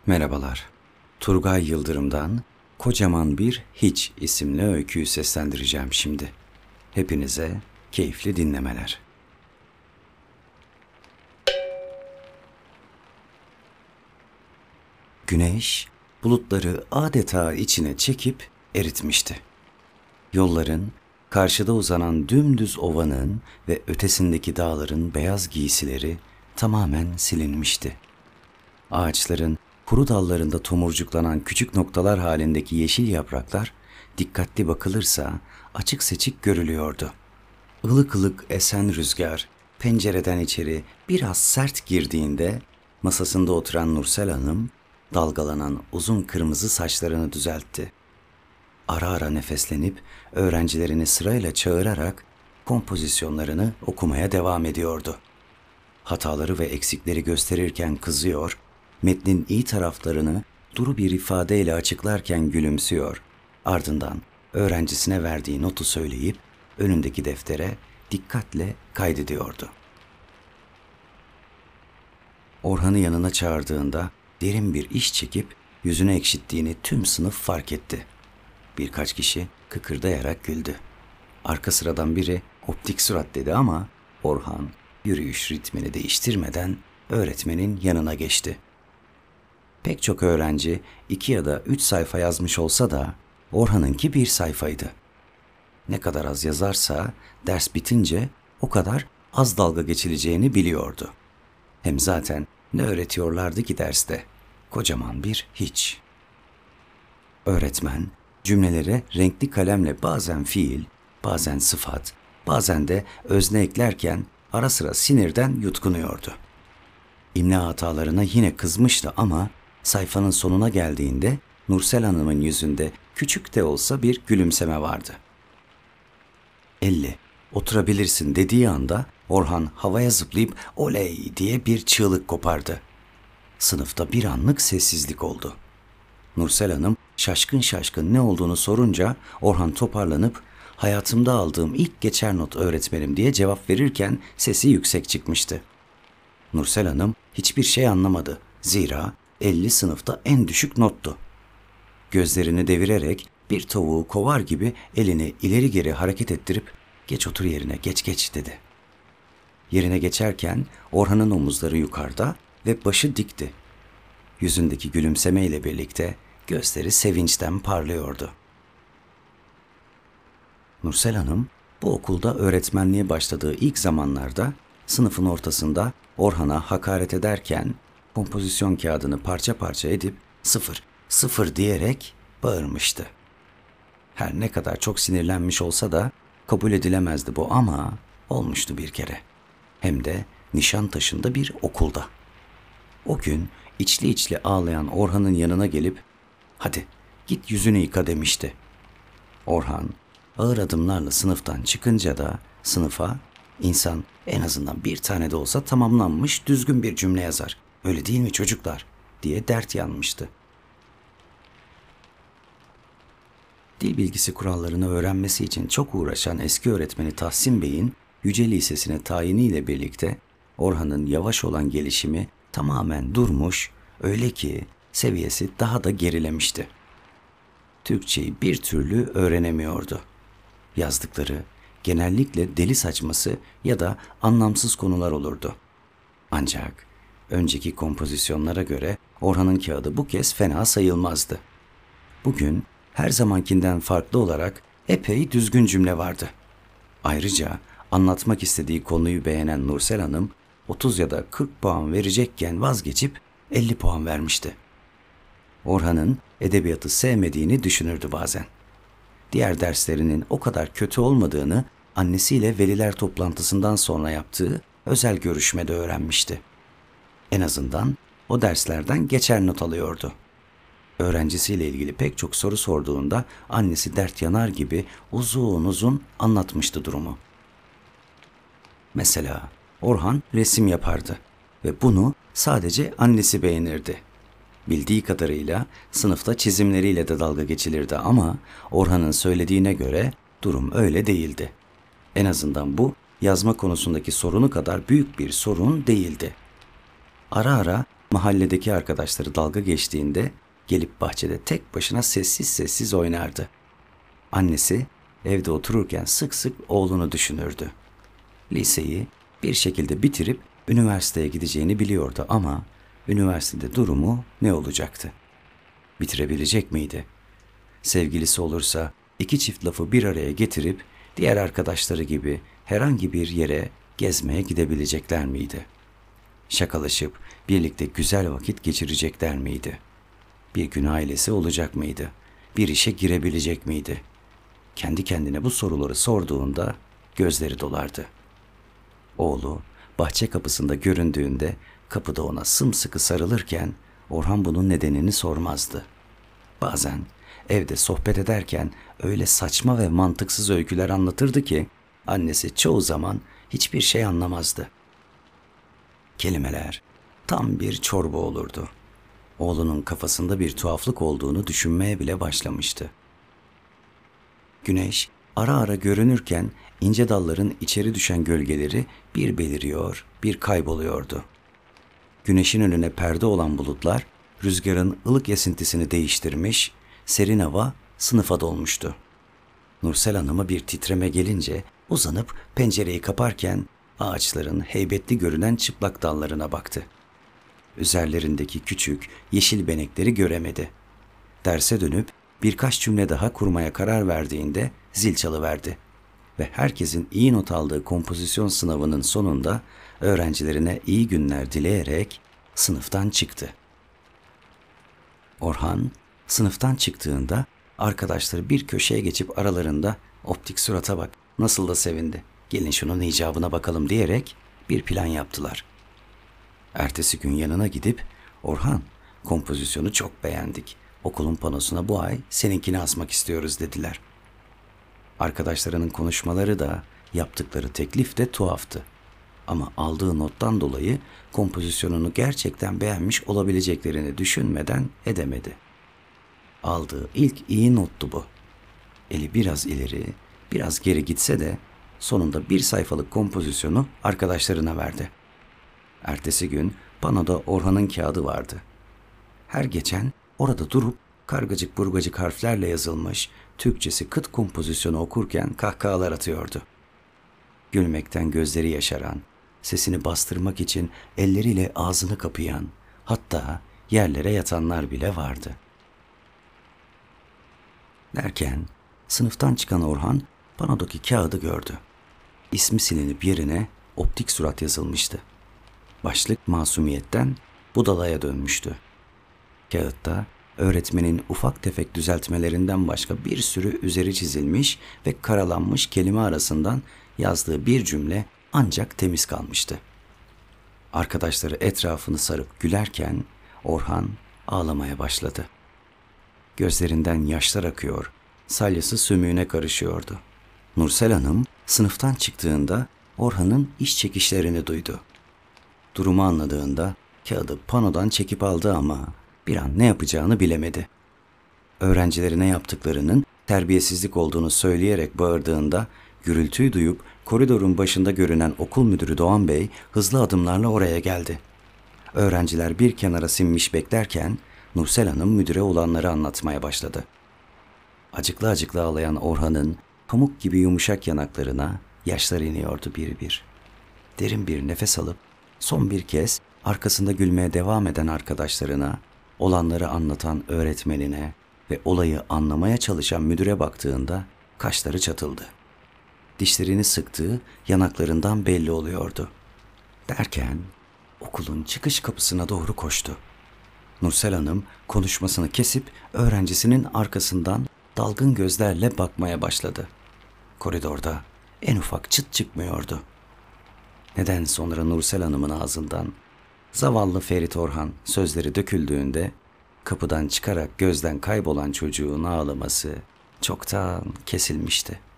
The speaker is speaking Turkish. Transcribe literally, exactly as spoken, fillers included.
Merhabalar. Turgay Yıldırım'dan Kocaman Bir Hiç isimli öyküyü seslendireceğim şimdi. Hepinize keyifli dinlemeler. Güneş bulutları adeta içine çekip eritmişti. Yolların, karşıda uzanan dümdüz ovanın ve ötesindeki dağların beyaz giysileri tamamen silinmişti. Ağaçların kuru dallarında tomurcuklanan küçük noktalar halindeki yeşil yapraklar dikkatli bakılırsa açık seçik görülüyordu. Ilık ılık esen rüzgar pencereden içeri biraz sert girdiğinde masasında oturan Nursel Hanım dalgalanan uzun kırmızı saçlarını düzeltti. Ara ara nefeslenip öğrencilerini sırayla çağırarak kompozisyonlarını okumaya devam ediyordu. Hataları ve eksikleri gösterirken kızıyor, metnin iyi taraflarını duru bir ifadeyle açıklarken gülümsüyor. Ardından öğrencisine verdiği notu söyleyip önündeki deftere dikkatle kaydediyordu. Orhan'ı yanına çağırdığında derin bir iş çekip yüzüne ekşittiğini tüm sınıf fark etti. Birkaç kişi kıkırdayarak güldü. Arka sıradan biri optik surat dedi ama Orhan yürüyüş ritmini değiştirmeden öğretmenin yanına geçti. Pek çok öğrenci iki ya da üç sayfa yazmış olsa da Orhan'ınki bir sayfaydı. Ne kadar az yazarsa ders bitince o kadar az dalga geçileceğini biliyordu. Hem zaten ne öğretiyorlardı ki derste? Kocaman bir hiç. Öğretmen cümlelere renkli kalemle bazen fiil, bazen sıfat, bazen de özne eklerken ara sıra sinirden yutkunuyordu. İmla hatalarına yine kızmıştı ama sayfanın sonuna geldiğinde Nursel Hanım'ın yüzünde küçük de olsa bir gülümseme vardı. elli, oturabilirsin dediği anda Orhan havaya zıplayıp oley diye bir çığlık kopardı. Sınıfta bir anlık sessizlik oldu. Nursel Hanım şaşkın şaşkın ne olduğunu sorunca Orhan toparlanıp hayatımda aldığım ilk geçer not öğretmenim diye cevap verirken sesi yüksek çıkmıştı. Nursel Hanım hiçbir şey anlamadı. Zira elli sınıfta en düşük nottu. Gözlerini devirerek bir tavuğu kovar gibi elini ileri geri hareket ettirip geç otur yerine geç geç dedi. Yerine geçerken Orhan'ın omuzları yukarıda ve başı dikti. Yüzündeki gülümsemeyle birlikte gözleri sevinçten parlıyordu. Nursel Hanım bu okulda öğretmenliğe başladığı ilk zamanlarda sınıfın ortasında Orhan'a hakaret ederken kompozisyon kağıdını parça parça edip sıfır, sıfır diyerek bağırmıştı. Her ne kadar çok sinirlenmiş olsa da kabul edilemezdi bu ama olmuştu bir kere. Hem de Nişantaşı'nda bir okulda. O gün içli içli ağlayan Orhan'ın yanına gelip hadi git yüzünü yıka demişti. Orhan ağır adımlarla sınıftan çıkınca da sınıfa insan en azından bir tane de olsa tamamlanmış düzgün bir cümle yazar. Öyle değil mi çocuklar? Diye dert yanmıştı. Dil bilgisi kurallarını öğrenmesi için çok uğraşan eski öğretmeni Tahsin Bey'in Yüce Lisesi'ne tayiniyle birlikte Orhan'ın yavaş olan gelişimi tamamen durmuş, öyle ki seviyesi daha da gerilemişti. Türkçeyi bir türlü öğrenemiyordu. Yazdıkları genellikle deli saçması ya da anlamsız konular olurdu. Ancak önceki kompozisyonlara göre Orhan'ın kağıdı bu kez fena sayılmazdı. Bugün her zamankinden farklı olarak epey düzgün cümle vardı. Ayrıca anlatmak istediği konuyu beğenen Nursel Hanım otuz ya da kırk puan verecekken vazgeçip elli puan vermişti. Orhan'ın edebiyatı sevmediğini düşünürdü bazen. Diğer derslerinin o kadar kötü olmadığını annesiyle veliler toplantısından sonra yaptığı özel görüşmede öğrenmişti. En azından o derslerden geçer not alıyordu. Öğrencisiyle ilgili pek çok soru sorduğunda annesi dert yanar gibi uzun uzun anlatmıştı durumu. Mesela Orhan resim yapardı ve bunu sadece annesi beğenirdi. Bildiği kadarıyla sınıfta çizimleriyle de dalga geçilirdi ama Orhan'ın söylediğine göre durum öyle değildi. En azından bu yazma konusundaki sorunu kadar büyük bir sorun değildi. Ara ara mahalledeki arkadaşları dalga geçtiğinde gelip bahçede tek başına sessiz sessiz oynardı. Annesi evde otururken sık sık oğlunu düşünürdü. Liseyi bir şekilde bitirip üniversiteye gideceğini biliyordu ama üniversitede durumu ne olacaktı? Bitirebilecek miydi? Sevgilisi olursa iki çift lafı bir araya getirip diğer arkadaşları gibi herhangi bir yere gezmeye gidebilecekler miydi? Şakalaşıp birlikte güzel vakit geçirecekler miydi? Bir gün ailesi olacak mıydı? Bir işe girebilecek miydi? Kendi kendine bu soruları sorduğunda gözleri dolardı. Oğlu bahçe kapısında göründüğünde kapıda ona sımsıkı sarılırken Orhan bunun nedenini sormazdı. Bazen evde sohbet ederken öyle saçma ve mantıksız öyküler anlatırdı ki annesi çoğu zaman hiçbir şey anlamazdı. Kelimeler tam bir çorba olurdu. Oğlunun kafasında bir tuhaflık olduğunu düşünmeye bile başlamıştı. Güneş ara ara görünürken ince dalların içeri düşen gölgeleri bir beliriyor, bir kayboluyordu. Güneşin önüne perde olan bulutlar rüzgarın ılık esintisini değiştirmiş, serin hava sınıfa dolmuştu. Nursel Hanım'a bir titreme gelince uzanıp pencereyi kaparken ağaçların heybetli görünen çıplak dallarına baktı. Üzerlerindeki küçük yeşil benekleri göremedi. Derse dönüp birkaç cümle daha kurmaya karar verdiğinde zil çalıverdi ve herkesin iyi not aldığı kompozisyon sınavının sonunda öğrencilerine iyi günler dileyerek sınıftan çıktı. Orhan sınıftan çıktığında arkadaşları bir köşeye geçip aralarında "Optik surata bak, nasıl da sevindi, gelin şunun icabına bakalım" diyerek bir plan yaptılar. Ertesi gün yanına gidip "Orhan, kompozisyonu çok beğendik. Okulun panosuna bu ay seninkini asmak istiyoruz" dediler. Arkadaşlarının konuşmaları da yaptıkları teklif de tuhaftı. Ama aldığı nottan dolayı kompozisyonunu gerçekten beğenmiş olabileceklerini düşünmeden edemedi. Aldığı ilk iyi nottu bu. Eli biraz ileri, biraz geri gitse de sonunda bir sayfalık kompozisyonu arkadaşlarına verdi. Ertesi gün panoda Orhan'ın kağıdı vardı. Her geçen orada durup kargacık burgacık harflerle yazılmış Türkçesi kıt kompozisyonu okurken kahkahalar atıyordu. Gülmekten gözleri yaşaran, sesini bastırmak için elleriyle ağzını kapayan, hatta yerlere yatanlar bile vardı. Derken sınıftan çıkan Orhan panodaki kağıdı gördü. İsmi silinip yerine optik surat yazılmıştı. Başlık masumiyetten budalaya dönmüştü. Kağıtta öğretmenin ufak tefek düzeltmelerinden başka bir sürü üzeri çizilmiş ve karalanmış kelime arasından yazdığı bir cümle ancak temiz kalmıştı. Arkadaşları etrafını sarıp gülerken Orhan ağlamaya başladı. Gözlerinden yaşlar akıyor, salyası sümüğüne karışıyordu. Nursel Hanım sınıftan çıktığında Orhan'ın iş çekişlerini duydu. Durumu anladığında kağıdı panodan çekip aldı ama bir an ne yapacağını bilemedi. Öğrencilerine yaptıklarının terbiyesizlik olduğunu söyleyerek bağırdığında gürültüyü duyup koridorun başında görünen okul müdürü Doğan Bey hızlı adımlarla oraya geldi. Öğrenciler bir kenara sinmiş beklerken Nursel Hanım müdüre olanları anlatmaya başladı. Acıklı acıklı ağlayan Orhan'ın pamuk gibi yumuşak yanaklarına yaşlar iniyordu bir bir. Derin bir nefes alıp son bir kez arkasında gülmeye devam eden arkadaşlarına, olanları anlatan öğretmenine ve olayı anlamaya çalışan müdüre baktığında kaşları çatıldı. Dişlerini sıktığı yanaklarından belli oluyordu. Derken okulun çıkış kapısına doğru koştu. Nursel Hanım konuşmasını kesip öğrencisinin arkasından dalgın gözlerle bakmaya başladı. Koridorda en ufak çıt çıkmıyordu. Neden sonra Nursel Hanım'ın ağzından "Zavallı Ferit Orhan" sözleri döküldüğünde kapıdan çıkarak gözden kaybolan çocuğun ağlaması çoktan kesilmişti.